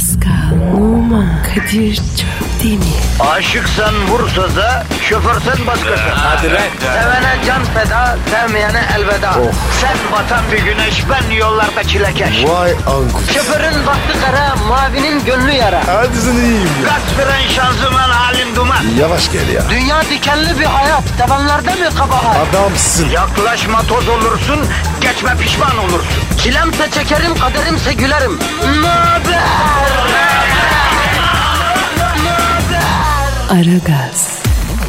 Pascal, Oman, Kadir çok değil mi? Aşıksan vursa da, şoförsen başkasın. Hadi lan. Sevene can feda, sevmeyene elveda. Sen batan bir güneş, ben yollarda çilekeş. Vay anku. Şoförün baktı kara, mavinin gönlü yara. Hadi sen iyiyim ya. Kasperen şanzıman halin duman. Yavaş gel ya. Dünya dikenli bir hayat, sevenlerde mi kabahar? Adamsın. Yaklaşma toz olursun, geçme pişman olursun. Çilemse çekerim, kaderimse gülerim. Möber! Aragaz.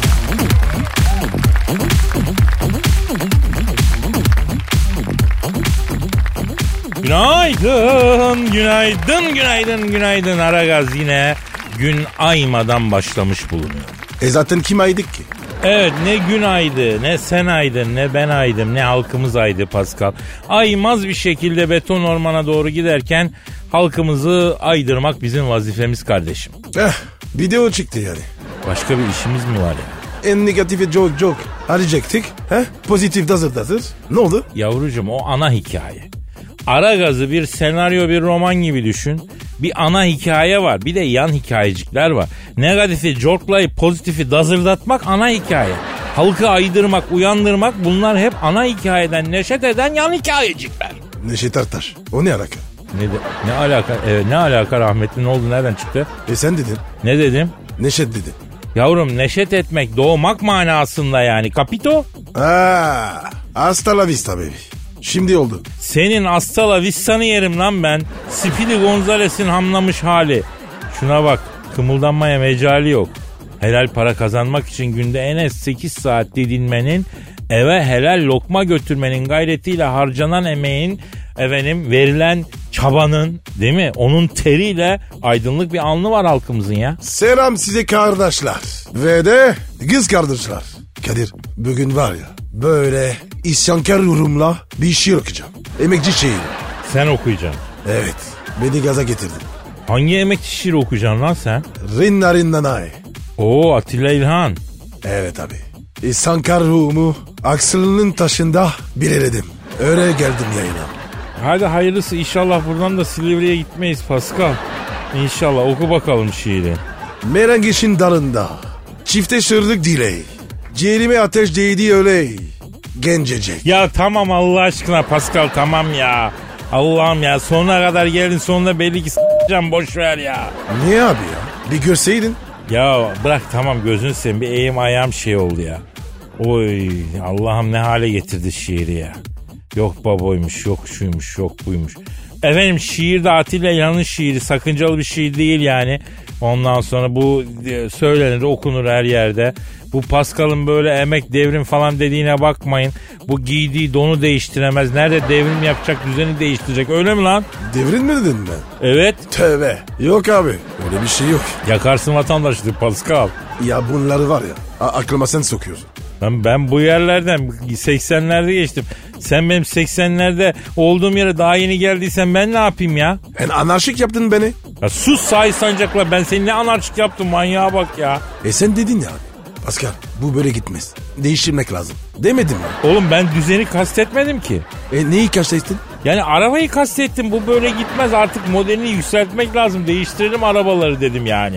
Günaydın, günaydın, günaydın, günaydın. Aragaz yine gün aymadan başlamış bulunuyor. Zaten kim aydık ki? Evet, ne gün aydı, ne sen aydın, ne ben aydım, ne halkımız aydı Pascal. Aymaz bir şekilde beton ormana doğru giderken halkımızı aydırmak bizim vazifemiz kardeşim. Video çıktı yani. Başka bir işimiz mi var ya? En negatifi joke arayacaktık. Pozitif dazır. Ne oldu? Yavrucuğum, o ana hikaye. Aragaz'ı bir senaryo, bir roman gibi düşün. Bir ana hikaye var, bir de yan hikayecikler var. Negatifi jortlayıp pozitifi dazırdatmak ana hikaye. Halkı aydırmak, uyandırmak, bunlar hep ana hikayeden neşet eden yan hikayecikler. Neşet Ertaş. O ne alaka? Ne alaka? Evet, ne alaka rahmetli, ne oldu, nereden çıktı? Sen dedin. Ne dedim? Neşet dedin. Yavrum, neşet etmek, doğmak manasında yani. Kapito? Hasta la vista baby. Şimdi oldu. Senin hasta la vista'nı yerim lan ben. Speedy Gonzales'in hamlamış hali. Şuna bak, kımıldanmaya mecali yok. Helal para kazanmak için günde en az 8 saat didinmenin, eve helal lokma götürmenin gayretiyle harcanan emeğin, verilen çabanın, değil mi? Onun teriyle aydınlık bir alnı var halkımızın ya. Selam size kardeşler. Ve de kız kardeşler. Kadir, bugün var ya, böyle isyankar yorumla bir şiir okuyacağım. Emekçi şiiri. Sen okuyacaksın. Evet, beni gaza getirdin. Hangi emekçi şiiri okuyacaksın lan sen? Rinna rinnanay. Oo, Atilla İlhan. Evet abi. İsyankar ruhumu aksılının taşında bireledim. Öyle geldim yayına. Hadi hayırlısı, inşallah buradan da Silivri'ye gitmeyiz Pascal. İnşallah, oku bakalım şiiri. Merengişin dalında çifte sırlık diley. Ciğerime ateş değdi öyle gencecek. Ya tamam Allah aşkına Pascal, tamam ya. Allah'ım ya, sonuna kadar geldin, sonunda belli ki s***cam, boş ver ya. Niye abi ya? Bir görseydin. Ya bırak tamam, gözünü seveyim, bir eğim ayağım şey oldu ya. Oy Allah'ım, ne hale getirdi şiiri ya. Yok baboymuş, yok şuymuş, yok buymuş. Efendim, şiir de Atilla İlhan'ın şiiri, sakıncalı bir şiir değil yani. Ondan sonra bu söylenir, okunur her yerde. Bu Pascal'ın böyle emek, devrim falan dediğine bakmayın. Bu giydiği donu değiştiremez. Nerede devrim yapacak, düzeni değiştirecek, öyle mi lan? Devrin mi dedin ben? Evet. Tövbe. Yok abi, öyle bir şey yok. Yakarsın vatandaşlığı Pascal. Ya bunları var ya, aklıma sen sokuyorsun. Ben bu yerlerden 80'lerde geçtim. Sen benim 80'lerde olduğum yere daha yeni geldiysen ben ne yapayım ya? Anarşik yaptın beni. Ya sus Sahi Sancak'la, ben seni ne anarşik yaptım, manyağa bak ya. Sen dedin ya abi. Pascal, bu böyle gitmez. Değiştirmek lazım. Demedin mi? Oğlum ben düzeni kastetmedim ki. Neyi kastettin? Yani arabayı kastettim, bu böyle gitmez, artık modelini yükseltmek lazım, değiştirelim arabaları dedim yani.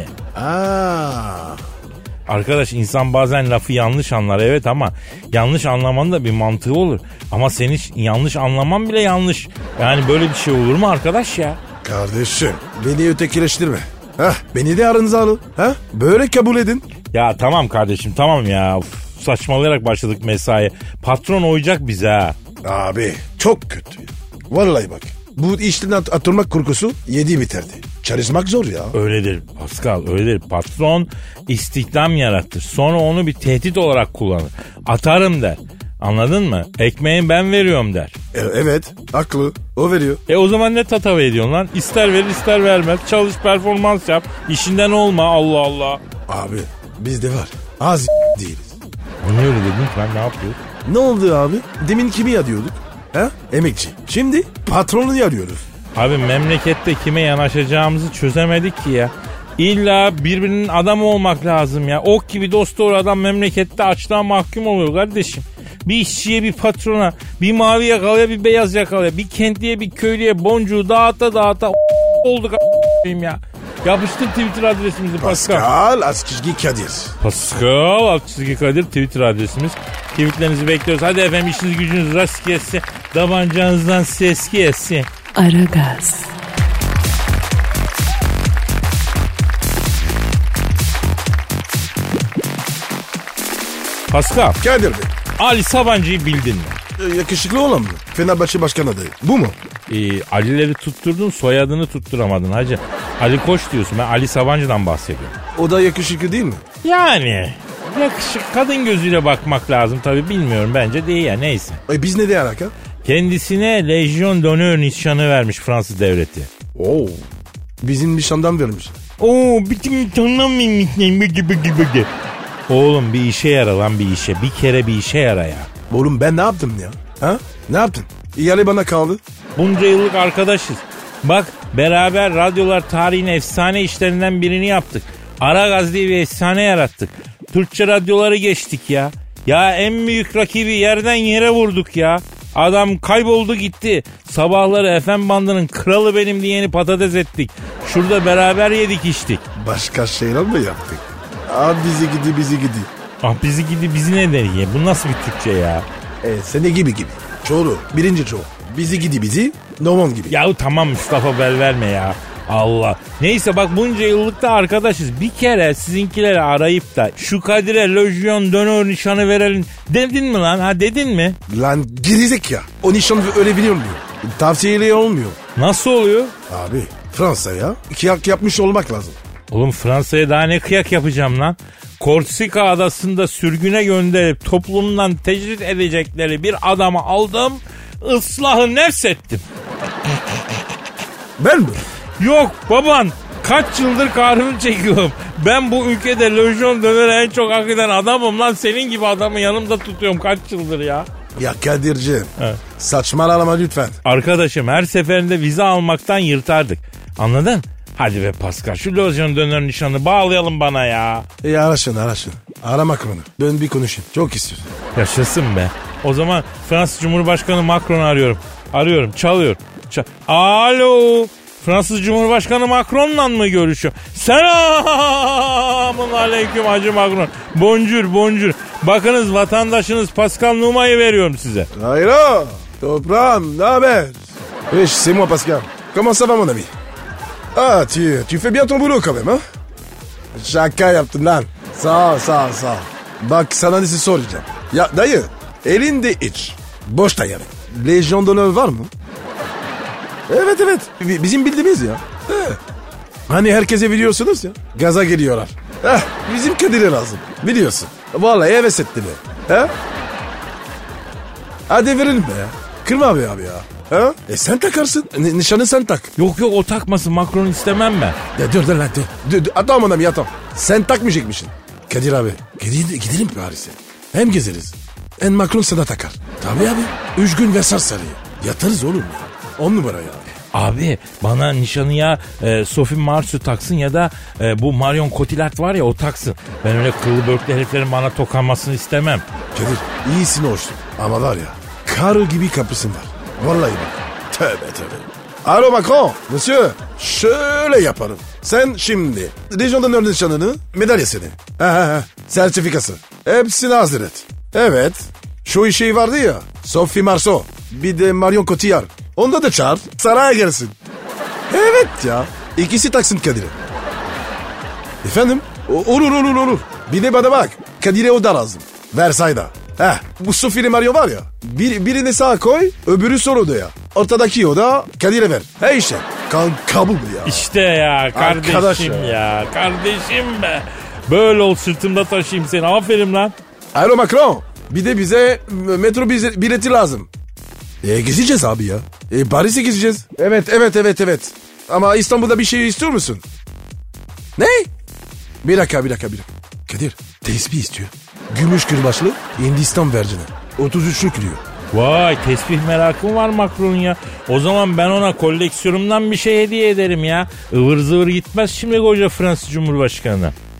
Arkadaş, insan bazen lafı yanlış anlar, evet, ama yanlış anlamanın da bir mantığı olur. Ama senin yanlış anlaman bile yanlış. Yani böyle bir şey olur mu arkadaş ya? Kardeşim, beni ötekileştirme. Beni de aranıza alın. Böyle kabul edin. Ya tamam kardeşim, tamam ya. Saçmalayarak başladık mesaiye. Patron oyacak bize ha. Abi çok kötü. Vallahi bak, bu işten atılmak korkusu yedi bitirdi. Çalışmak zor ya. Öyledir Pascal, öyledir. Patron istihdam yaratır. Sonra onu bir tehdit olarak kullanır. Atarım der. Anladın mı? Ekmeği ben veriyorum der. Evet, haklı. O veriyor. O zaman ne tatava ediyorsun lan? İster verir ister vermez. Çalış, performans yap. İşinden olma, Allah Allah. Abi bizde var. Az değiliz. Niye öyle dedin ki, ben ne yapıyorum? Ne oldu abi? Demin kimi arıyorduk? Emekçi. Şimdi patronu arıyoruz. Abi memlekette kime yanaşacağımızı çözemedik ki ya. İlla birbirinin adamı olmak lazım ya. Ok gibi dost doğru adam memlekette açlığa mahkum oluyor kardeşim. Bir işçiye, bir patrona, bir mavi yakalıya, bir beyaz yakalıya, bir kentliye, bir köylüye boncuğu dağıta olduk a**ayım ya. Yapıştır Twitter adresimizi Pascal. Pascal Askizgi Kadir. Pascal Askizgi Kadir Twitter adresimiz. Tweetlerinizi bekliyoruz. Hadi efendim işiniz gücünüz rast gelsin. Tabancanızdan ses gelsin. Aragaz. Pascal, Kadir Bey. Ali Sabancı'yı bildin mi? Yakışıklı olan mı? Fenerbahçe Başkan adayı. Bu mu? Ali'leri tutturdun, soyadını tutturamadın hacı. Ali Koç diyorsun, ben Ali Sabancı'dan bahsediyorum. O da yakışıklı değil mi? Yani yakışık, kadın gözüyle bakmak lazım tabii, bilmiyorum, bence değil ya, neyse. Biz ne diye alaka? Kendisine Legion d'Honneur nişanı vermiş Fransız devleti. Oo. Bizim nişandan vermiş. Oo, bizim tanımıyım. Oğlum bir işe yara lan, bir işe. Bir kere bir işe yara ya. Oğlum ben ne yaptım ya? Ha? Ne yaptın? İhale bana kaldı. Bunca yıllık arkadaşız. Bak beraber radyolar tarihinin efsane işlerinden birini yaptık. Aragaz diye bir efsane yarattık. Türkçe radyoları geçtik ya. Ya en büyük rakibi yerden yere vurduk ya. Adam kayboldu gitti. Sabahları FM bandının kralı benim diyeni patates ettik. Şurada beraber yedik içtik. Başka şeyler mi yaptık? Abi bizi gidi. Ah bizi ne der ya? Bu nasıl bir Türkçe ya? Seni gibi. Çoğu. Birinci çoğu. Bizi. Normal gibi. Yahu tamam Mustafa, bel verme ya. Allah. Neyse bak bunca yıllıkta arkadaşız. Bir kere sizinkileri arayıp da şu Kadir'e Legion d'Honneur nişanı verelim dedin mi lan? Ha dedin mi? Lan girizek ya. O nişan öyle biliyor musun? Tavsiyeyle olmuyor. Nasıl oluyor? Abi Fransa'ya kıyak yapmış olmak lazım. Oğlum Fransa'ya daha ne kıyak yapacağım lan? Korsika adasında sürgüne gönderip toplumdan tecrit edecekleri bir adamı aldım. Islahı nefsettim. Ben mi? Yok baban, kaç yıldır kahrını çekiyorum. Ben bu ülkede Legion d'Honneur'e en çok hak eden adamım lan. Senin gibi adamı yanımda tutuyorum kaç yıldır ya. Ya Kadir'ciğim. Evet. Saçmalama lütfen. Arkadaşım her seferinde vize almaktan yırtardık. Anladın? Hadi be Pascal, şu Legion d'Honneur nişanını bağlayalım bana ya. Araşın. Ara Macron'u. Ben bir konuşayım. Çok istiyorsun. Yaşasın be. O zaman Fransız Cumhurbaşkanı Macron'u arıyorum. Çalıyor. Alo. Fransız Cumhurbaşkanı Macron'la mı görüşüyor? Selamun aleyküm Hacı Macron. Bonjour. Bakınız vatandaşınız Pascal Numa'yı veriyorum size. Hayro. Toprağım ne haber? C'est moi Pascal. Comment ça va mon ami? Ah tu fais bien ton boulot quand même ha? Şaka yaptın lan. Sağ ol. Bak sana nesi soracağım. Ya dayı elinde iç. Boş da yani. Legion d'Honneur var mı? Evet. Bizim bildiğimiz ya. Hani herkese biliyorsunuz ya. Gaza geliyorlar. Bizim Kadir'e lazım. Biliyorsun. Vallahi heves etti be. Hadi verelim be ya. Kırma abi ya. Ha? Sen takarsın. Nişanı sen tak. Yok o takmasın, Macron'u istemem ben. Ya dur lan dur. Atam adam yatam. Sen takmayacakmışsın. Kadir abi. Gidelim Paris'e. Hem gezeriz. En Macron sana takar. Tabii abi. 3 gün Versailles'e. Yatarız oğlum ya. 10 numara ya. Abi bana nişanı ya Sophie Marceau taksın ya da bu Marion Cotillard var ya o taksın. Ben öyle kıllı börklü heriflerin bana tokanmasını istemem. Kadir iyisin hoşsun. Ama var ya karı gibi kapısın var. Vallahi bak. Tövbe. Alo Macron. Monsieur. Şöyle yaparım. Sen şimdi Legion d'Honneur nişanını, madalyasını, sertifikası. Hepsini hazır et. Evet. Şu işi vardı ya. Sophie Marceau. Bir de Marion Cotillard. Onda da çağır. Saraya gelsin. Evet ya. İkisi taksın Kadir'e. Efendim? Olur. Bir de bana bak. Kadir'e o da lazım. Versailles'da. Bu Sophie ile Mario var ya. Birini sağa koy. Öbürü sol odaya. Ortadaki oda Kadir'e ver. İşte. Kabul ya. İşte ya kardeşim arkadaşım ya. Kardeşim be. Böyle ol, sırtımda taşıyayım seni. Aferin lan. Alo Macron. Bir de bize metro bileti lazım. Gezeceğiz abi ya. Paris'e gezeceğiz. Evet. Ama İstanbul'da bir şey istiyor musun? Ne? Bir dakika. Kadir tesbih istiyor. Gümüş kırbaçlı Hindistan vercini. 33'lük diyor. Vay, tesbih merakım var Macron'un ya. O zaman ben ona koleksiyonumdan bir şey hediye ederim ya. Ivır zıvır gitmez şimdi koca Fransız Cumhurbaşkanı.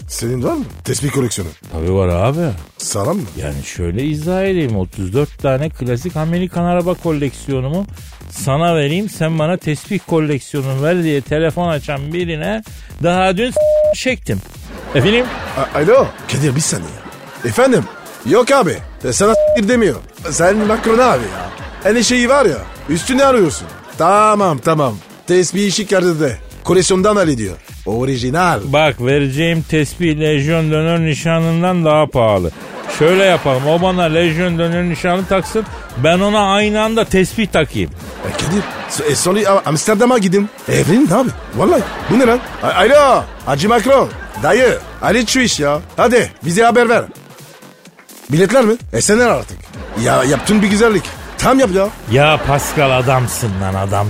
Senin var mı? Tespih koleksiyonu. Tabii var abi. Sağlam mı? Yani şöyle izah edeyim. 34 tane klasik Amerikan araba koleksiyonumu sana vereyim. Sen bana tespih koleksiyonunu ver diye telefon açan birine daha dün çektim. Efendim? Alo. Kadir bir saniye. Efendim? Yok abi. Sana demiyor. Sen Macron abi ya. Hani şeyi var ya. Üstüne arıyorsun. Tamam. Tespih işi kardı. Koleksiyondan hallediyor. Orijinal. Bak vereceğim tespih Lejyon dönör nişanından daha pahalı. Şöyle yapalım. O bana Lejyon dönör nişanı taksın. Ben ona aynı anda tespih takayım. Kadir. Sonra Amsterdam'a gidin. Evlenin abi. Vallahi. Bu ne lan? Alo. Hacı Macron. Dayı. Hallet şu iş ya. Hadi bize haber ver. Biletler mi? Esenler artık. Ya yaptın bir güzellik. Tam yap ya. Ya Pascal adamsın lan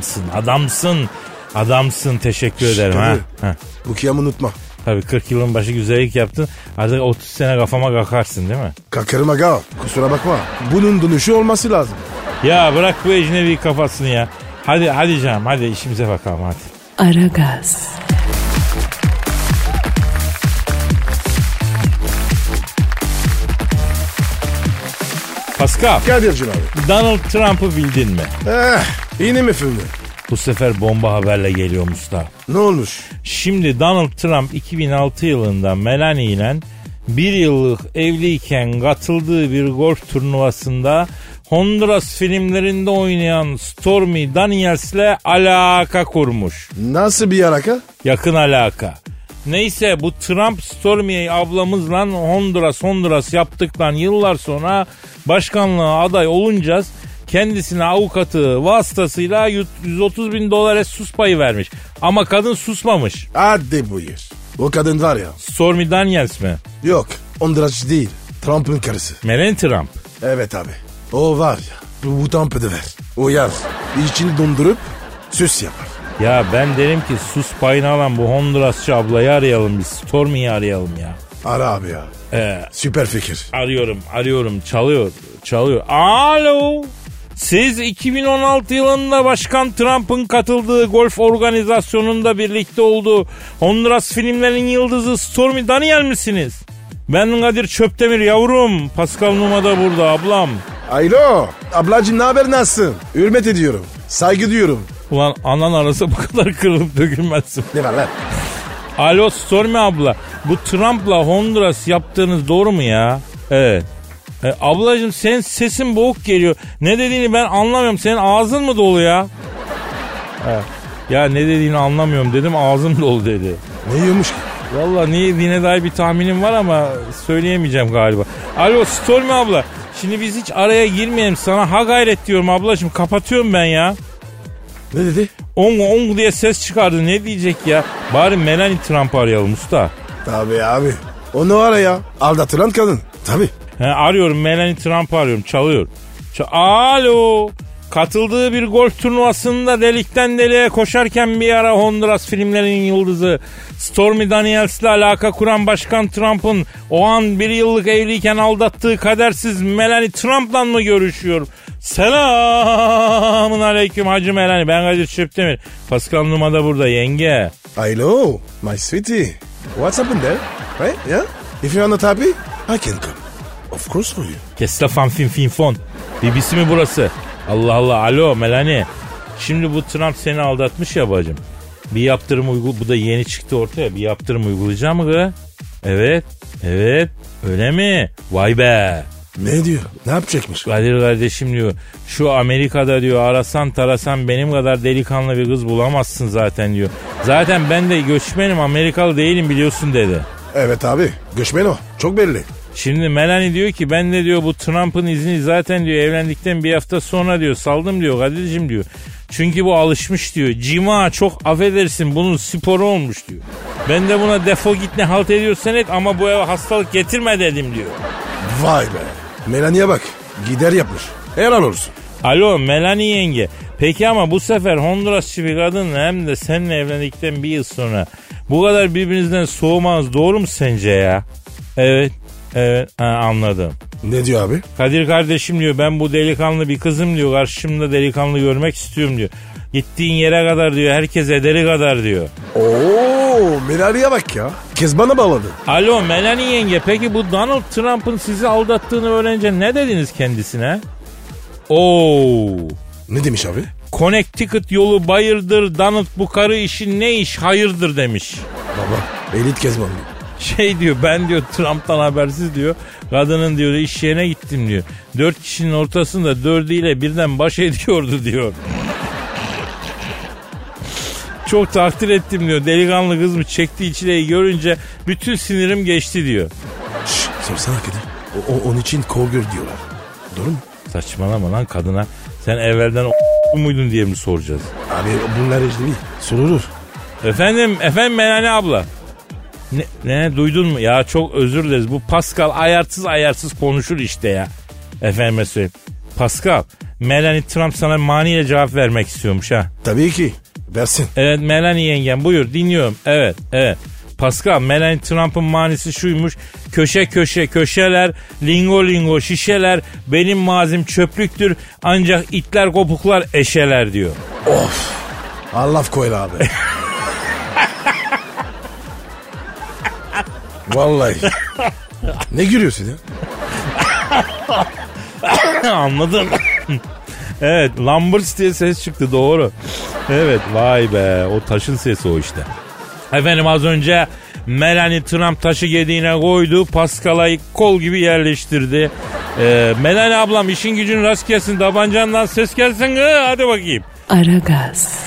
adamsın teşekkür ederim ha. Bu kıyamı unutma. Tabii 40 yılın başı güzellik yaptın. Artık 30 sene kafama kakarsın değil mi? Kakarım aga. Kusura bakma. Bunun dönüşü olması lazım. Ya bırak bu ecnebi kafasını ya. Hadi canım hadi işimize bakalım hadi. Aragaz. Pascal, Kadir'cim abi. Donald Trump'ı bildin mi? Yine mi filmi? Bu sefer bomba haberle geliyor Mustafa. Ne olmuş? Şimdi Donald Trump 2006 yılında Melanie ile bir yıllık evliyken katıldığı bir golf turnuvasında Honduras filmlerinde oynayan Stormy Daniels'le alaka kurmuş. Nasıl bir alaka? Yakın alaka. Neyse bu Trump Stormy ablamızla Honduras yaptıktan yıllar sonra başkanlığa aday olunca kendisine avukatı vasıtasıyla $130,000 sus payı vermiş. Ama kadın susmamış. Hadi buyur. O kadın var ya. Stormy Daniels mi? Yok. Honduras değil. Trump'ın karısı. Melanie Trump. Evet abi. O var ya. Bu Trump'ı da ver. O yer. İçini dondurup süs yapar. Ya ben derim ki sus payını alan bu Hondurasçı ablayı arayalım biz. Stormy'yi arayalım ya. Ara abi ya. Süper fikir. Arıyorum. Çalıyor. Alo. Siz 2016 yılında Başkan Trump'ın katıldığı golf organizasyonunda birlikte olduğu Honduras filmlerinin yıldızı Stormy Daniel misiniz? Ben Kadir Çöptemir yavrum. Pascal Numa da burada ablam. Alo. Ablacığım ne haber, nasılsın? Hürmet ediyorum. Saygı duyuyorum. Ulan anan arası bu kadar kırılıp dökülmezsin. Ne var lan? Alo Stormy abla. Bu Trump'la Honduras yaptığınız doğru mu ya? Evet. Ablacığım senin sesin boğuk geliyor. Ne dediğini ben anlamıyorum. Senin ağzın mı dolu ya? Ya ne dediğini anlamıyorum dedim, ağzım dolu dedi. Ne yiyormuş ki? Vallahi ne yediğine dair bir tahminim var ama söyleyemeyeceğim galiba. Alo Stormy abla. Şimdi biz hiç araya girmeyelim. Sana ha gayret diyorum ablacığım. Kapatıyorum ben ya. Ne dedi? Ong diye ses çıkardı. Ne diyecek ya? Bari Melanie Trump'ı arayalım usta. Tabii abi. Onu ara ya. Aldatılan kadın. Tabii. Arıyorum Melanie Trump'ı arıyorum. Çalıyor. Alo. Katıldığı bir golf turnuvasında delikten deliğe koşarken bir ara Honduras filmlerinin yıldızı Stormy Daniels'le alaka kuran Başkan Trump'ın o an bir yıllık evliyken aldattığı kadersiz Melanie Trump'la mı görüşüyor? Selamun aleyküm Hacı Melanie. Ben Kadir Çöptemir. Pascal Numa da burada yenge. Hello my sweetie. What's happened there? Right? Yeah? If you're not happy, I can come. Of course for you. Kes la fin fon. BBC mi burası? Allah Allah. Alo Melanie. Şimdi bu Trump seni aldatmış ya bacım. Bir yaptırım bu da yeni çıktı ortaya. Bir yaptırım uygulayacağım mı kız? Evet. Öyle mi? Vay be. Ne diyor? Ne yapacakmış? Kadir kardeşim diyor. Şu Amerika'da diyor arasan tarasan benim kadar delikanlı bir kız bulamazsın zaten diyor. Zaten ben de göçmenim, Amerikalı değilim biliyorsun dedi. Evet abi. Göçmen o. Çok belli. Şimdi Melanie diyor ki ben de diyor bu Trump'ın izni zaten diyor evlendikten bir hafta sonra diyor saldım diyor Kadir'cim diyor. Çünkü bu alışmış diyor. Cima çok affedersin bunun sporu olmuş diyor. Ben de buna defol git ne halt ediyorsan et ama bu eve hastalık getirme dedim diyor. Vay be. Melanie'ye bak. Gider yapmış. Helal olsun. Alo Melanie yenge. Peki ama bu sefer Hondurasçı bir kadınla hem de seninle evlendikten bir yıl sonra bu kadar birbirinizden soğumanız doğru mu sence ya? Evet anladım. Ne diyor abi? Kadir kardeşim diyor ben bu delikanlı bir kızım diyor. Karşımda delikanlı görmek istiyorum diyor. Gittiğin yere kadar diyor herkes ederi kadar diyor. Oo Melania'ya bak ya. Kez bana bağladı. Alo Melanie yenge, peki bu Donald Trump'ın sizi aldattığını öğrenince ne dediniz kendisine? Oo. Ne demiş abi? Connecticut yolu bayırdır, Donald bu karı işin ne iş hayırdır demiş. Baba elit Kezban. Şey diyor, ben diyor Trump'tan habersiz diyor, kadının diyor iş yerine gittim diyor. 4 kişinin ortasında 4'üyle birden baş ediyordu diyor. Çok takdir ettim diyor. Delikanlı kız mı çektiği çileyi görünce bütün sinirim geçti diyor. Şşş sorsana Kadir. Onun için kol gör diyorlar. Doğru mu? Saçmalama lan, kadına sen evvelden muydun diye mi soracağız? Abi bunlar ecnebi. Sorulur. Efendim Melanie abla. Ne duydun mu? Ya çok özür dileriz. Bu Pascal ayarsız konuşur işte ya. Efendime söyleyeyim. Pascal, Melanie Trump sana maniyle cevap vermek istiyormuş ha. Tabii ki. Versin. Evet Melanie yengem, buyur dinliyorum. Evet. Pascal, Melanie Trump'ın manisi şuymuş. Köşeler, lingo şişeler, benim mazim çöplüktür. Ancak itler kopuklar eşeler diyor. Of. Allah koyla abi. Vallahi. Ne gülüyorsun ya? Anladım. Evet, Lamberts diye ses çıktı, doğru. Evet, vay be, o taşın sesi o işte. Efendim az önce Melanie Trump taşı gediğine koydu, Pascal'a kol gibi yerleştirdi. Melanie ablam işin gücün rast gelsin, tabancandan ses gelsin, hadi bakayım. Aragaz.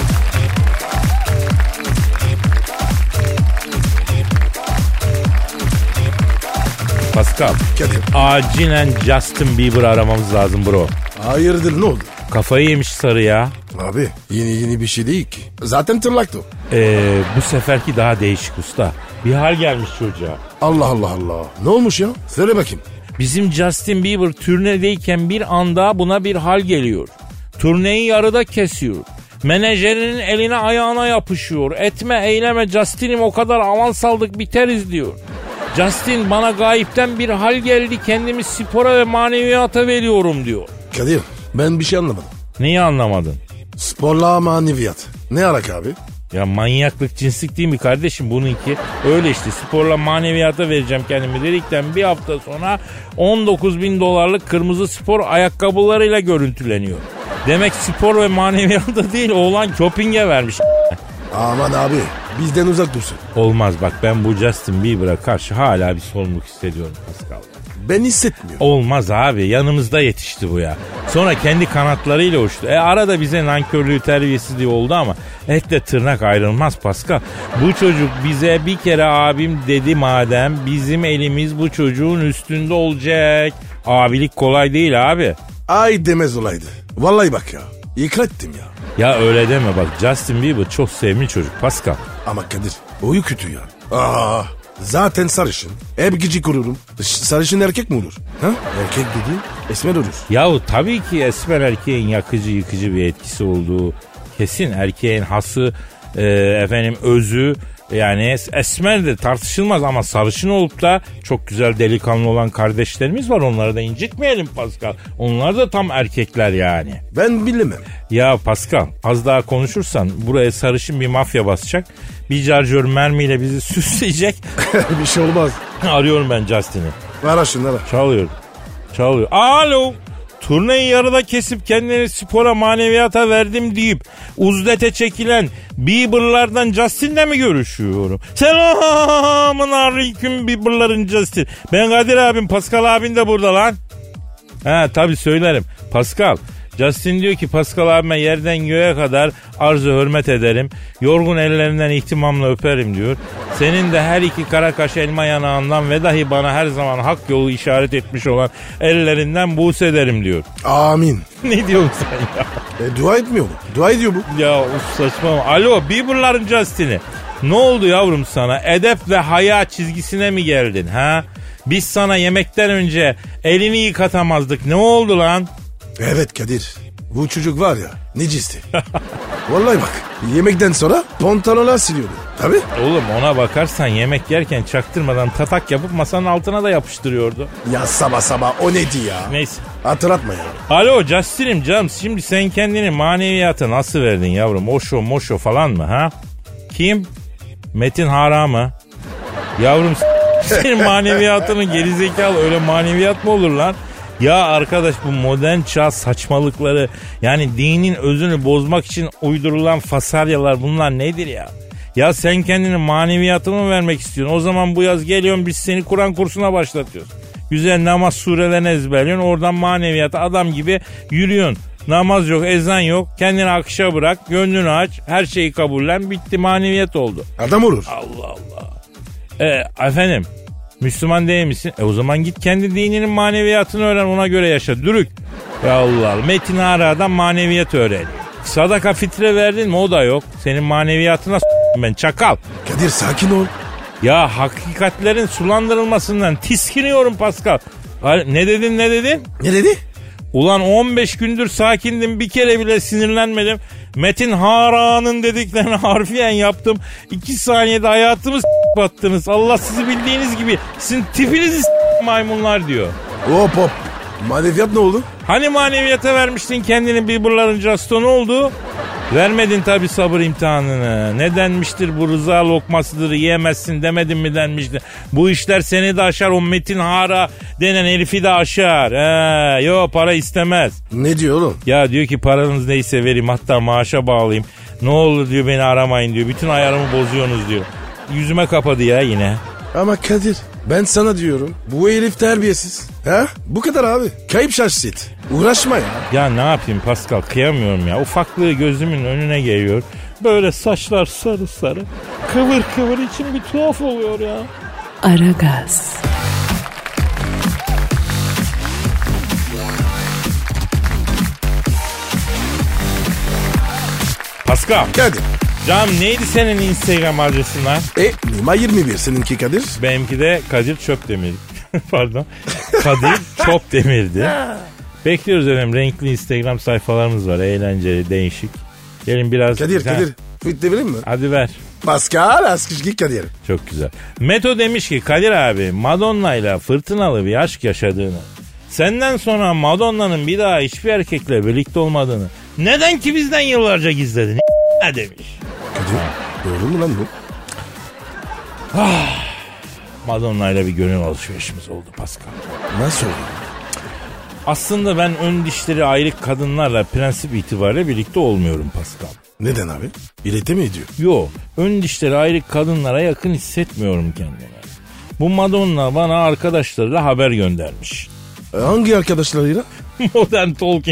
Pascal, Kadir. acilen Justin Bieber aramamız lazım bro. Hayırdır ne oldu? Kafayı yemiş sarı ya. Abi yeni bir şey değil ki. Zaten tırlaktı. Bu seferki daha değişik usta. Bir hal gelmiş çocuğa. Allah. Ne olmuş ya? Söyle bakayım. Bizim Justin Bieber turnedeyken bir anda buna bir hal geliyor. Turneyi yarıda kesiyor. Menajerinin eline ayağına yapışıyor. Etme eyleme Justin'im, o kadar avans aldık biteriz diyor. Justin, bana gayipten bir hal geldi, kendimi spora ve maneviyata veriyorum diyor. Kadir ben bir şey anlamadım. Neyi anlamadın? Sporla maneviyat. Ne alaka abi? Ya manyaklık cinslik değil mi kardeşim bununki? Öyle işte, sporla maneviyata vereceğim kendimi dedikten bir hafta sonra 19.000 kırmızı spor ayakkabılarıyla görüntüleniyor. Demek spor ve maneviyata değil, oğlan shopping'e vermiş. Aman abi bizden uzak dursun. Olmaz bak, ben bu Justin Bieber'a karşı hala bir sorumluluk hissediyorum Pascal. Ben hissetmiyorum. Olmaz abi, yanımızda yetişti bu ya. Sonra kendi kanatlarıyla uçtu. Arada bize nankörlüğü terbiyesizliği oldu ama etle tırnak ayrılmaz Pascal. Bu çocuk bize bir kere abim dedi madem, bizim elimiz bu çocuğun üstünde olacak. Abilik kolay değil abi. Ay demez olaydı. Vallahi bak ya. İkrar ettim ya. Ya öyle deme bak, Justin Bieber çok sevimli çocuk Pascal. Ama Kadir oyu kötü ya. Zaten sarışın. Hep gıcık olurum. Sarışın erkek mi olur? Ha? Erkek dediğin esmer olur. Yahu tabii ki esmer erkeğin yakıcı yıkıcı bir etkisi olduğu kesin. Erkeğin hası, özü, yani esmer de tartışılmaz ama sarışın olup da çok güzel delikanlı olan kardeşlerimiz var. Onları da incitmeyelim Pascal. Onlar da tam erkekler yani. Ben bilemem. Ya Pascal, az daha konuşursan buraya sarışın bir mafya basacak. Bir şarjör mermiyle bizi süsleyecek. Bir şey olmaz. Arıyorum ben Justin'i. Ara şunu ara. Çalıyor. Alo. Turneyi yarıda kesip kendini spora maneviyata verdim deyip uzlete çekilen Bieber'lardan Justin'le mi görüşüyorum? Selamun aleyküm Bieber'ların Justin. Ben Kadir abim, Pascal abin de burada lan. Ha tabii söylerim. Pascal, Justin diyor ki Pascal abime yerden göğe kadar arzu hürmet ederim. Yorgun ellerinden ihtimamla öperim diyor. Senin de her iki kara kaş elma yanağından ve dahi bana her zaman hak yolu işaret etmiş olan ellerinden buğz ederim diyor. Amin. Ne diyorsun sen ya? Dua etmiyor mu? Dua ediyor bu. Ya saçma. Alo Bieber'ların Justin'i. Ne oldu yavrum sana? Edep ve haya çizgisine mi geldin ha? Biz sana yemekten önce elini yıkatamazdık. Ne oldu lan? Evet Kadir. Bu çocuk var ya necisti. Vallahi bak yemekten sonra pantolonlar siliyordu. Tabii. Oğlum ona bakarsan yemek yerken çaktırmadan tatak yapıp masanın altına da yapıştırıyordu. Ya sabah o neydi ya? Neyse. Hatırlatma ya. Alo Justin'im canım, şimdi sen kendini maneviyata nasıl verdin yavrum? Oşo moşo falan mı ha? Kim? Metin Hara mı? Yavrum senin maneviyatının gerizekalı, öyle maneviyat mı olur lan? Ya arkadaş, bu modern çağ saçmalıkları, yani dinin özünü bozmak için uydurulan fasaryalar, bunlar nedir ya? Ya sen kendini maneviyatına mı vermek istiyorsun? O zaman bu yaz geliyorsun, biz seni Kur'an kursuna başlatıyoruz. Güzel namaz surelerini ezberliyorsun, oradan maneviyata adam gibi yürüyorsun. Namaz yok, ezan yok, kendini akışa bırak, gönlünü aç, her şeyi kabullen, bitti, maneviyat oldu. Adam olur. Allah Allah. Efendim, Müslüman değil misin? O zaman git kendi dininin maneviyatını öğren, ona göre yaşa. Dürük. Ya Allah Allah. Metin Ara'dan maneviyat öğren. Sadaka fitre verdin mi? O da yok. Senin maneviyatına ben çakal. Kadir sakin ol. Ya hakikatlerin sulandırılmasından tiskiniyorum Pascal. Ne dedin? Ne dedi? Ulan 15 gündür sakindim, bir kere bile sinirlenmedim. Metin Hara'nın dediklerini harfiyen yaptım. 2 saniyede hayatımı battınız. Allah sizi bildiğiniz gibi sizin tipinizi maymunlar diyor. Hop. Maneviyat ne oldu? Hani maneviyata vermiştin kendini Bieber'ların Justo, ne oldu? Vermedin tabii sabır imtihanını. Ne denmiştir, bu rıza lokmasıdır, yiyemezsin demedin mi denmiştir. Bu işler seni de aşar, o Metin Hara denen herifi de aşar. Yo, para istemez. Ne diyor oğlum? Ya diyor ki paranız neyse vereyim, hatta maaşa bağlayayım. Ne olur diyor, beni aramayın diyor. Bütün ayarımı bozuyorsunuz diyor. Yüzüme kapadı ya yine. Ama Kadir, ben sana diyorum, bu herif terbiyesiz. Ha? Bu kadar abi. Kayıp şahsiyet. Uğraşma ya. Ya ne yapayım Pascal, kıyamıyorum ya. Ufaklığı gözümün önüne geliyor. Böyle saçlar sarı sarı. Kıvır kıvır, içim bir tuhaf oluyor ya. Aragaz. Pascal. Kadir. Canım, neydi senin Instagram adresin lan? Nima 21 seninki Kadir. Benimki de Kadir Çöpdemir. Pardon. Kadir Çöpdemir'di. Bekliyoruz efendim. Renkli Instagram sayfalarımız var. Eğlenceli, değişik. Gelin biraz... Kadir. Bitti bileyim mi? Hadi ver. Pascal Askışki Kadir. Çok güzel. Meto demiş ki, Kadir abi, Madonna ile fırtınalı bir aşk yaşadığını, senden sonra Madonna'nın bir daha hiçbir erkekle birlikte olmadığını neden ki bizden yıllarca gizledin? Ne demiş? Kadir, doğru mu lan bu? Madonna ile bir gönül alışverişimiz oldu Pascal. Nasıl oldu? Aslında ben ön dişleri ayrık kadınlarla prensip itibariyle birlikte olmuyorum Pascal. Neden abi? Birlikte mi ediyor? Yo, ön dişleri ayrık kadınlara yakın hissetmiyorum kendime. Bu Madonna bana arkadaşlarıyla haber göndermiş. Hangi arkadaşlarıyla? Modern Talking.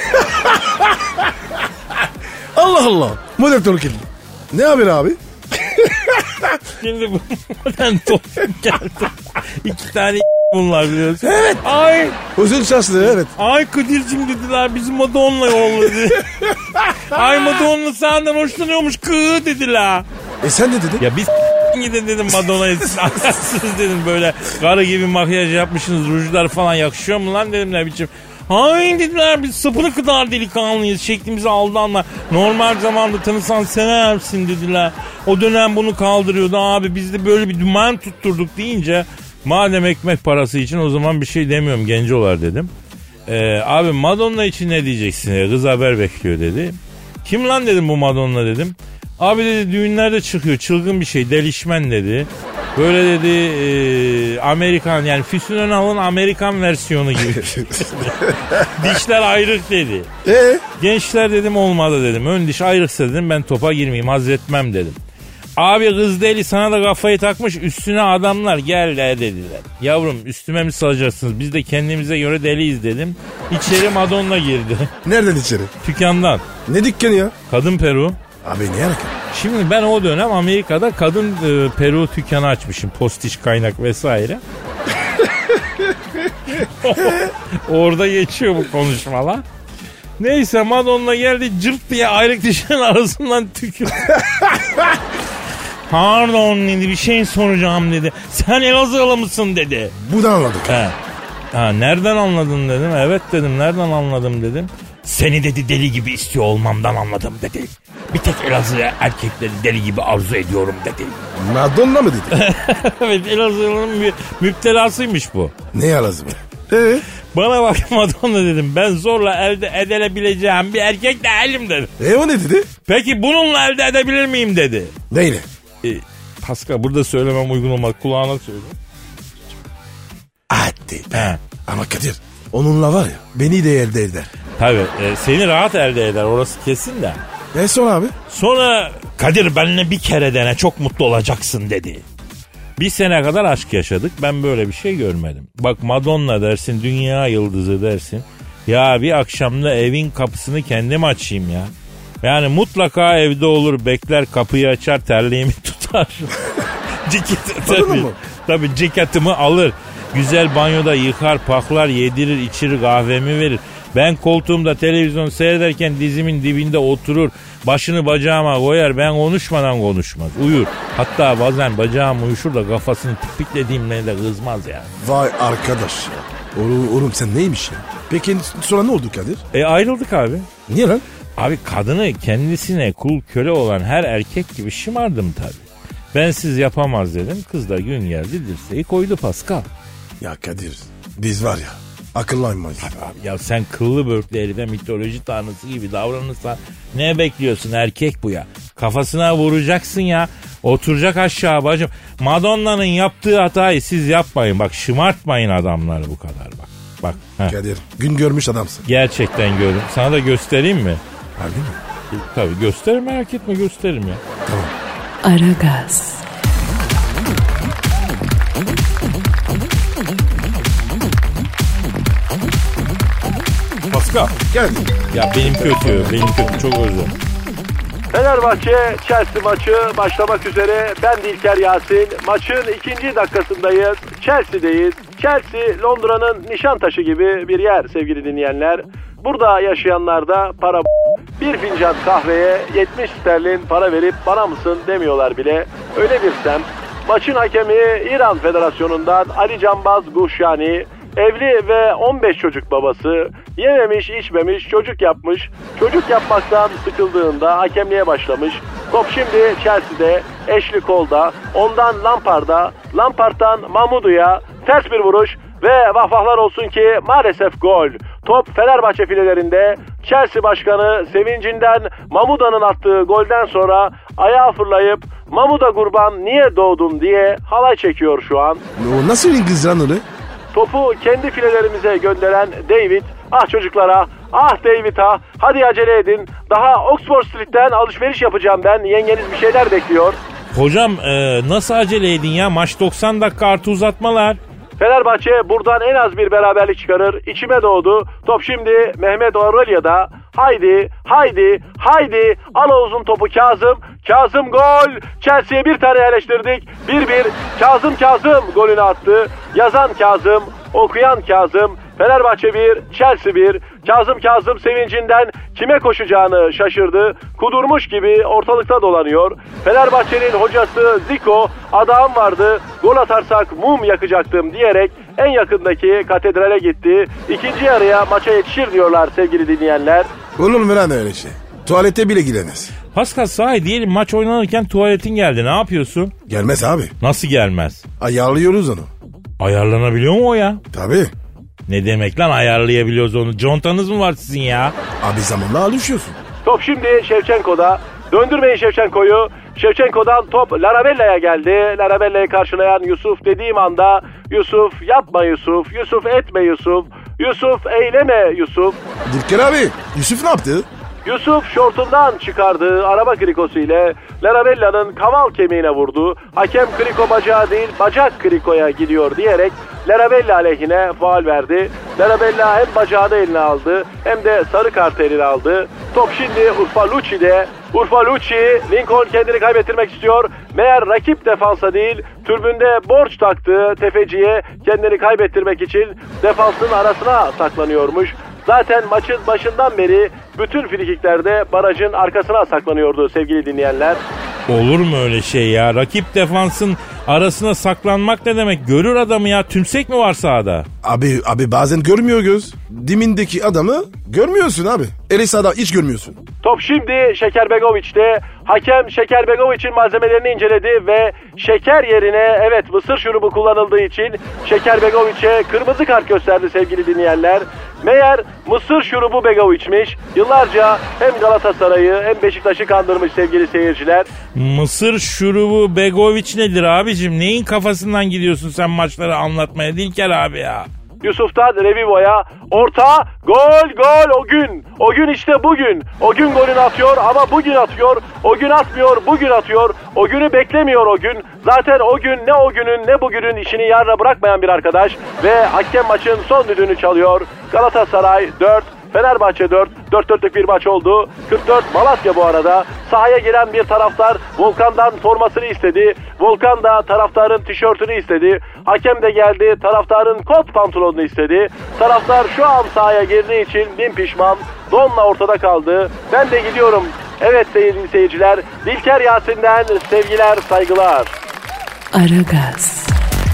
Allah Allah. Modern Talking. Ne haber abi? Şimdi bu Modern Talking geldi. 2 tane bunlar biliyorsun. Evet. Ay. Uzun saçlı evet. Ay Kadir'cim dediler, bizim Madonna yolladı. Ay Madonna senden hoşlanıyormuş kığı dediler. Sen ne dedin? Ya biz gidin dedim Madonna'ya, siz dedim böyle karı gibi makyaj yapmışsınız, rujlar falan yakışıyor mu lan dedim, ne biçim. Hayır dediler, biz sapını kadar delikanlıyız, şeklimize aldanma. Normal zamanda tanısan seversin dediler. O dönem bunu kaldırıyordu abi, biz de böyle bir dümen tutturduk deyince, madem ekmek parası için o zaman bir şey demiyorum, gencolar dedim. Abi Madonna için ne diyeceksin? Kız haber bekliyor dedi. Kim lan dedim bu Madonna dedim. Abi dedi düğünlerde çıkıyor, çılgın bir şey, delişmen dedi. Böyle dedi Amerikan, yani Füsun Önal'ın Amerikan versiyonu gibi. Dişler ayrık dedi. Gençler dedim olmadı dedim. Ön diş ayrıksa dedim ben topa girmeyeyim, hazretmem dedim. Abi kız deli sana da kafayı takmış, üstüne adamlar gel dediler. Yavrum üstüme mi salacaksınız, biz de kendimize göre deliyiz dedim. İçeri Madonna girdi. Nereden içeri? Dükkandan. Ne dükkanı ya? Kadın peru. Abi ne alaka? Şimdi ben o dönem Amerika'da kadın peru dükkanı açmışım. Postiş, kaynak vesaire. Orada geçiyor bu konuşmalar. Neyse Madonna geldi, cırt diye ayrık dişlerin arasından tükürdü. Pardon dedi, bir şey soracağım dedi. Sen Elazığlı mısın dedi. Buradan anladık. Nereden anladın dedim. Evet dedim, nereden anladım dedim. Seni dedi deli gibi istiyor olmamdan anladım dedi. Bir tek Elazığ erkekleri deli gibi arzu ediyorum dedi. Madonna mı dedi? Evet, Elazığ'ın bir müptelasıymış bu. Ne Elazığ be? Bana bak Madonna dedim, ben zorla elde edilebileceğim bir erkek değilim dedim. O ne dedi? Peki bununla elde edebilir miyim dedi. Neyle? Pascal burada söylemem uygun olmaz. Kulağına söyle. Hadi be. He. Ama Kadir onunla var ya beni de elde eder. Tabii seni rahat elde eder orası kesin de. Sonra abi? Sonra Kadir benimle bir kere dene çok mutlu olacaksın dedi. Bir sene kadar aşk yaşadık. Ben böyle bir şey görmedim. Bak Madonna dersin, dünya yıldızı dersin. Ya bir akşamda evin kapısını kendim açayım ya. Yani mutlaka evde olur, bekler, kapıyı açar, terliğimi tutar. Tabii ceketimi alır. Güzel banyoda yıkar, paklar, yedirir, içirir, kahvemi verir. Ben koltuğumda televizyon seyrederken dizimin dibinde oturur. Başını bacağıma koyar, ben konuşmadan konuşmaz. Uyur. Hatta bazen bacağım uyuşur da kafasını tipiklediğimle de kızmaz yani. Vay arkadaş ya. Oğlum sen neymiş ya? Peki sonra ne oldu Kadir? Ayrıldık abi. Niye lan? Abi kadını kendisine kul köle olan her erkek gibi şımardım tabii. Bensiz yapamaz dedim. Kız da gün geldi dirseği koydu Pascal. Ya Kadir biz var ya akıllanmayız. Abi ya sen kıllı börklü herife mitoloji tanrısı gibi davranırsan ne bekliyorsun, erkek bu ya. Kafasına vuracaksın ya. Oturacak aşağı bacım. Madonna'nın yaptığı hatayı siz yapmayın. Bak şımartmayın adamları bu kadar bak. Bak. Kadir gün görmüş adamsın. Gerçekten gördüm. Sana da göstereyim mi? Harbi mi? Tabii gösteririm, merak etme, gösteririm ya. Tamam. Aragaz. Pascal. Geldi. Ya benim kötü çok özür. Fenerbahçe Chelsea maçı başlamak üzere. Ben Dilker Yasin. Maçın 2. dakikasındayız. Chelsea'deyiz. Chelsea Londra'nın Nişantaşı gibi bir yer sevgili dinleyenler. Burada yaşayanlar da para bir fincan kahveye 70 sterlin para verip bana mısın demiyorlar bile. Öyle bir semt. Maçın hakemi İran Federasyonu'ndan Ali Canbaz Guşyani. Evli ve 15 çocuk babası, yememiş içmemiş çocuk yapmış, çocuk yapmaktan sıkıldığında hakemliğe başlamış. Top şimdi Chelsea'de, Ashley Cole'da, ondan Lampard'a, Lampard'dan Mahmudu'ya ters bir vuruş ve vahvahlar olsun ki maalesef gol. Top Fenerbahçe filelerinde. Chelsea başkanı sevincinden Mahmuda'nın attığı golden sonra ayağa fırlayıp Mahmuda kurban niye doğdun diye halay çekiyor şu an. O nasıl İngiliz lan öyle? Topu kendi filelerimize gönderen David, ah çocuklara, ah David ah, hadi acele edin. Daha Oxford Street'ten alışveriş yapacağım ben, yengeniz bir şeyler bekliyor. Hocam nasıl acele edin ya, maç 90 dakika artı uzatmalar. Fenerbahçe buradan en az bir beraberlik çıkarır, içime doğdu. Top şimdi Mehmet Aurelia'da. Haydi, haydi, haydi. Al o uzun topu Kazım. Kazım gol. Chelsea'ye bir tane yerleştirdik. 1-1. Kazım golünü attı. Yazan Kazım, okuyan Kazım. Fenerbahçe 1, Chelsea 1. Kazım sevincinden kime koşacağını şaşırdı. Kudurmuş gibi ortalıkta dolanıyor. Fenerbahçe'nin hocası Zico, adağım vardı, gol atarsak mum yakacaktım diyerek en yakındaki katedrale gitti. İkinci yarıya maça yetişir diyorlar sevgili dinleyenler. Olur mu lan öyle şey? Tuvalete bile giremez. Pascal sahi diyelim maç oynanırken tuvaletin geldi, ne yapıyorsun? Gelmez abi. Nasıl gelmez? Ayarlıyoruz onu. Ayarlanabiliyor mu o ya? Tabii. Ne demek lan ayarlayabiliyoruz onu? Contanız mı var sizin ya? Abi zamanla alışıyorsun. Top şimdi Şevçenko'da. Döndürmeyin Şevçenko'yu. Şevçenko'dan top Larabella'ya geldi. Larabella'yı karşılayan Yusuf dediğim anda Yusuf yapma Yusuf, Yusuf etme Yusuf, Yusuf eyleme Yusuf. Dilker abi Yusuf ne yaptı? Yusuf şortundan çıkardığı araba krikosu ile Larabella'nın kaval kemiğine vurdu. Hakem kriko bacağı değil bacak krikoya gidiyor diyerek Larabella aleyhine faul verdi. Larabella hem bacağını eline aldı hem de sarı kart eline aldı. Top şimdi Urfa Lucci'de. Urfa Lucci, Lincoln kendini kaybettirmek istiyor. Meğer rakip defansa değil, tribünde borç taktığı tefeciye kendini kaybettirmek için defansın arasına saklanıyormuş. Zaten maçın başından beri bütün frikiklerde barajın arkasına saklanıyordu sevgili dinleyenler. Olur mu öyle şey ya? Rakip defansın Arasına saklanmak ne demek? Görür adamı ya. Tümsek mi var sahada? Abi bazen görmüyor göz. Dimindeki adamı görmüyorsun abi. Eli sahada hiç görmüyorsun. Top şimdi Şekerbegoviç'te. Hakem Şekerbegoviç'in malzemelerini inceledi ve şeker yerine evet mısır şurubu kullanıldığı için Şekerbegoviç'e kırmızı kart gösterdi sevgili dinleyenler. Meğer mısır şurubu Begoviç'miş. Yıllarca hem Galatasaray'ı hem Beşiktaş'ı kandırmış sevgili seyirciler. Mısır şurubu Begoviç nedir abicim? Neyin kafasından gidiyorsun sen maçları anlatmaya Dilker abi ya? Yusuf'tan Revivo'ya orta gol o gün işte bugün. O gün golünü atıyor ama bugün atıyor. O gün atmıyor bugün atıyor. O günü beklemiyor o gün. Zaten o gün ne o günün ne bugünün işini yarına bırakmayan bir arkadaş. Ve hakem maçın son düdüğünü çalıyor. Galatasaray 4. Fenerbahçe 4. 4-4'lük bir maç oldu. 44 Malatya bu arada. Sahaya giren bir taraftar Volkan'dan formasını istedi. Volkan da taraftarın tişörtünü istedi. Hakem de geldi taraftarın kot pantolonunu istedi. Taraftar şu an sahaya girdiği için bin pişman. Donla ortada kaldı. Ben de gidiyorum. Evet sevgili seyirciler. Dilker Yasin'den sevgiler saygılar. Aragaz.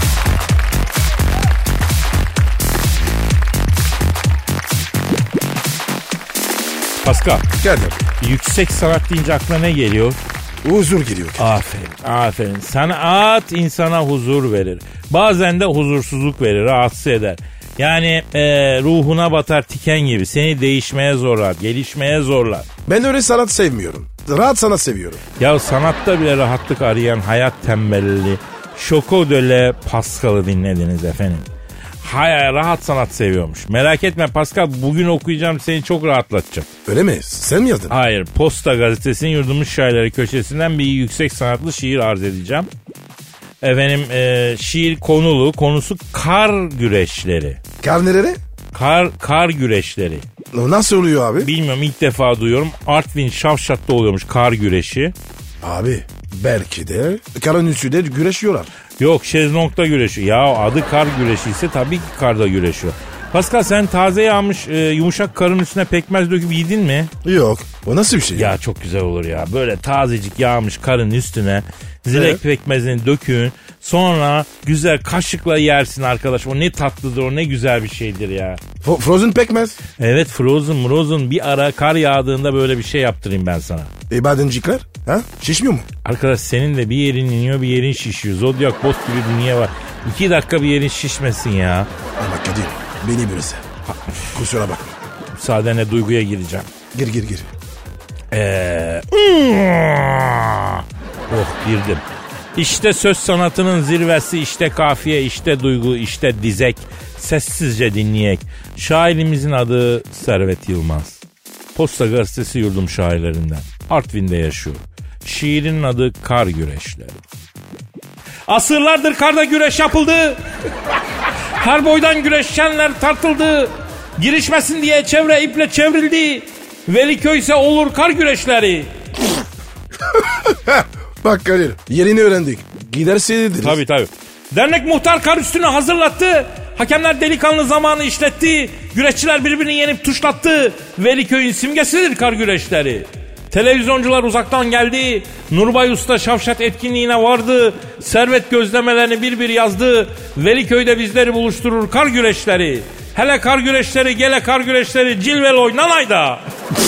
Pascal, Geldim. yüksek sanat deyince aklına ne geliyor? Huzur geliyor. Aferin. Sanat insana huzur verir. Bazen de huzursuzluk verir, rahatsız eder. Yani ruhuna batar tiken gibi. Seni değişmeye zorlar, gelişmeye zorlar. Ben öyle sanat sevmiyorum. Rahat sanat seviyorum. Ya sanatta bile rahatlık arayan hayat tembelliği Şoko Döle Pascal'ı dinlediniz efendim. Rahat sanat seviyormuş. Merak etme Pascal, bugün okuyacağım, seni çok rahatlatacak. Öyle mi? Sen mi yazdın? Hayır, Posta Gazetesi'nin Yurdumun Şairleri köşesinden bir yüksek sanatlı şiir arz edeceğim. Efendim şiir konusu kar güreşleri. Kar neleri? Kar güreşleri. Nasıl oluyor abi? Bilmiyorum, ilk defa duyuyorum. Artvin Şavşat'ta oluyormuş kar güreşi. Abi belki de karın üstünde güreşiyorlar. Yok, şezlongda güreşiyor. Ya adı kar güreşi ise tabii ki karda güreşiyor. Pascal, sen taze yağmış yumuşak karın üstüne pekmez döküp yedin mi? Yok. O nasıl bir şey? Ya çok güzel olur ya. Böyle tazecik yağmış karın üstüne zilek pekmezini dökün. Sonra güzel kaşıkla yersin arkadaş. O ne tatlıdır, o ne güzel bir şeydir ya. Frozen pekmez. Evet, frozen bir ara kar yağdığında böyle bir şey yaptırayım ben sana. Bademcikler? Ha? Şişmiyor mu? Arkadaş, senin de bir yerin iniyor bir yerin şişiyor. Zodyak bot gibi dünya var. 2 dakika bir yerin şişmesin ya. Ama Kadir beni burası. Kusura bakma. Müsaadenle duyguya gireceğim. Gir. Girdim. İşte söz sanatının zirvesi, işte kafiye, işte duygu, işte dizek. Sessizce dinleyek. Şairimizin adı Servet Yılmaz. Posta Gazetesi Yurdum şairlerinden. Artvin'de yaşıyor. Şiirinin adı Kar Güreşleri. Asırlardır karda güreş yapıldı. Her boydan güreşenler tartıldı. Girişmesin diye çevre iple çevrildi. Veliköy ise olur kar güreşleri. Bak Kadir, yerini öğrendik. Giderse ederiz. Tabii. Dernek muhtar kar üstünü hazırlattı. Hakemler delikanlı zamanı işletti. Güreşçiler birbirini yenip tuşlattı. Veliköy'ün simgesidir kar güreşleri. Televizyoncular uzaktan geldi. Nurbay Usta Şavşat etkinliğine vardı. Servet gözlemelerini bir yazdı. Veliköy'de bizleri buluşturur kar güreşleri. Hele kar güreşleri, gele kar güreşleri, cilvel oynanayda.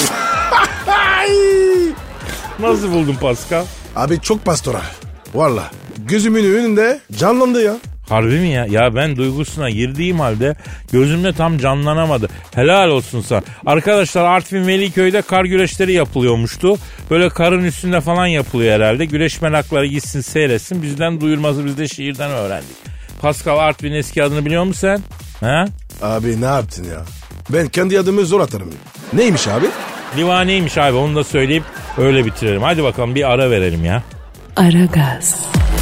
Nasıl buldun Pascal? Abi çok pastoral. Valla gözümün önünde canlandı ya. Harbi mi ya? Ya ben duygusuna girdiğim halde gözümde tam canlanamadı. Helal olsun sana. Arkadaşlar, Artvin Veliköy'de kar güreşleri yapılıyormuştu. Böyle karın üstünde falan yapılıyor herhalde. Güreş merakları gitsin seyretsin. Bizden duyurması, biz de şiirden öğrendik. Pascal, Artvin'in eski adını biliyor musun sen? Ha? Abi ne yaptın ya? Ben kendi adımı zor atarım. Neymiş abi? Divaneymiş abi, onu da söyleyip öyle bitirelim. Hadi bakalım bir ara verelim ya. Aragaz.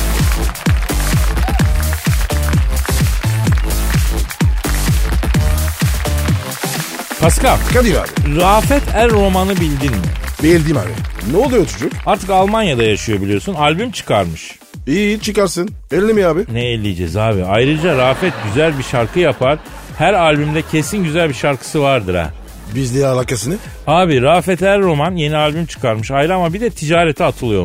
Pascal, Kadir abi. Rafet Er romanı bildin mi? Bildim abi. Ne oluyor çocuk? Artık Almanya'da yaşıyor biliyorsun. Albüm çıkarmış. İyi çıkarsın. 50 mi abi? Ne elleyeceğiz abi? Ayrıca Rafet güzel bir şarkı yapar. Her albümde kesin güzel bir şarkısı vardır ha. Bizle alakası ne? Abi Rafet Er roman yeni albüm çıkarmış ayrı ama bir de ticarete atılıyormuş.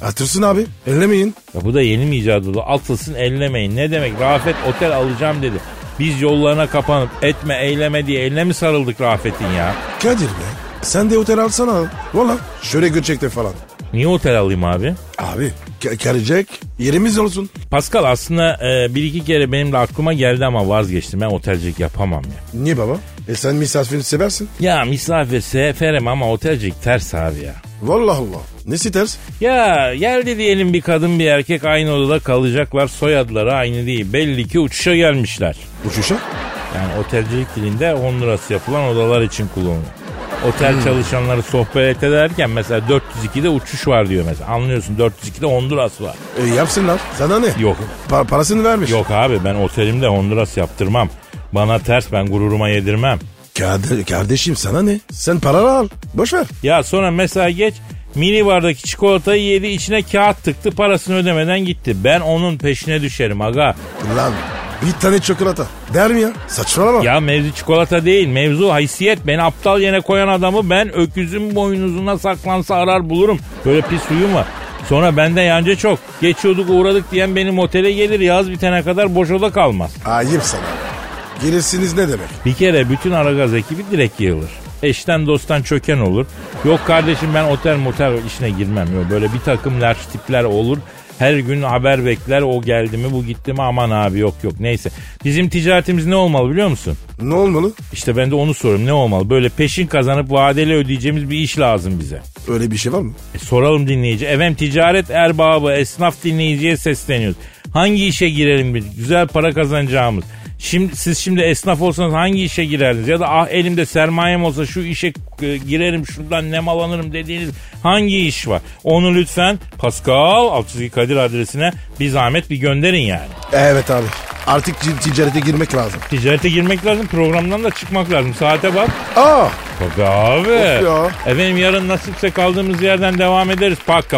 Atırsın abi. Ellemeyin. Ya bu da yeni mi icat oldu? Atılsın ellemeyin. Ne demek? Rafet otel alacağım dedi. Biz yollarına kapanıp etme eyleme diye eline mi sarıldık Rafet'in ya? Kadir be. Sen de otel alsana. Valla. Şöyle göçekte falan. Niye otel alayım abi? Abi karıcak yerimiz olsun. Pascal aslında bir iki kere benim de aklıma geldi ama vazgeçtim. Ben otelcilik yapamam ya. Niye baba? Sen misafir seversin. Ya misafir seferim ama otelcilik ters abi ya. Vallahi Allah. Nesi ters? Ya geldi diyelim bir kadın bir erkek aynı odada kalacaklar. Soyadları aynı değil. Belli ki uçuşa gelmişler. Uçuşa? Yani otelcilik dilinde Honduras yapılan odalar için kullanılıyor. Otel çalışanları sohbet ederken mesela 402'de uçuş var diyor mesela. Anlıyorsun 402'de Honduras var. Yapsınlar. Sana ne? Yok. Parasını vermiş. Yok abi ben otelimde Honduras yaptırmam. Bana ters ben gururuma yedirmem. Kardeşim sana ne? Sen paraları al. Boş ver. Ya sonra mesela geç mini bardaki çikolatayı yedi içine kağıt tıktı parasını ödemeden gitti. Ben onun peşine düşerim aga. Lan bir tane çikolata. Der mi ya? Saçmalama. Ya mevzu çikolata değil mevzu haysiyet. Beni aptal yerine koyan adamı ben öküzün boynuzuna saklansa arar bulurum. Böyle pis huyum var. Sonra bende yancı çok. Geçiyorduk uğradık diyen benim otele gelir yaz bitene kadar boş oda kalmaz. Ayıp sana. Gelirsiniz ne demek? Bir kere bütün Aragaz ekibi direkt yığılır. Eşten dosttan çöken olur. Yok kardeşim ben otel motel işine girmem. Yok böyle bir takım lerç tipler olur. Her gün haber bekler o geldi mi bu gitti mi aman abi yok neyse. Bizim ticaretimiz ne olmalı biliyor musun? Ne olmalı? İşte ben de onu soruyorum ne olmalı? Böyle peşin kazanıp vadeli ödeyeceğimiz bir iş lazım bize. Öyle bir şey var mı? Soralım dinleyici. Efendim ticaret erbabı esnaf dinleyiciye sesleniyoruz. Hangi işe girelim biz? Güzel para kazanacağımız. Siz şimdi esnaf olsanız hangi işe girerdiniz? Ya da elimde sermayem olsa şu işe girerim şuradan nem alınırım dediğiniz hangi iş var? Onu lütfen Pascal _Kadir adresine bir zahmet bir gönderin yani. Evet abi. Artık ticarete girmek lazım. Ticarete girmek lazım programdan da çıkmak lazım. Saate bak. Bak abi. Ya. Efendim yarın nasipse kaldığımız yerden devam ederiz. Paka.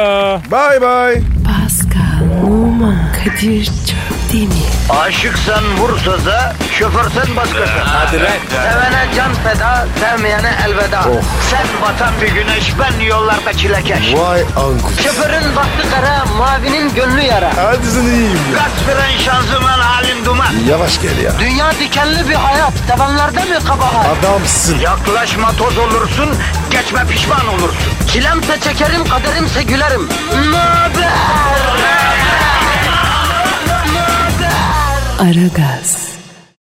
Bye bye. Pascal, Oman, Kadir çok değil mi? Aşıksan vursa da şoförsen başkasın. Hadi lan. Sevene can feda, sevmeyene elveda. Sen batan bir güneş, ben yollarda çilekeş. Vay anku. Şoförün baktı kara, mavinin gönlü yara. Hadi sen iyiyim ya. Kasperen şanzıman halin duman. Yavaş gel ya. Dünya dikenli bir hayat, sevenlerde mi kabahar? Adamsın. Yaklaşma toz olursun, geçme pişman olursun. Çilemse çekerim, kaderimse gülerim. Möber! Aragaz.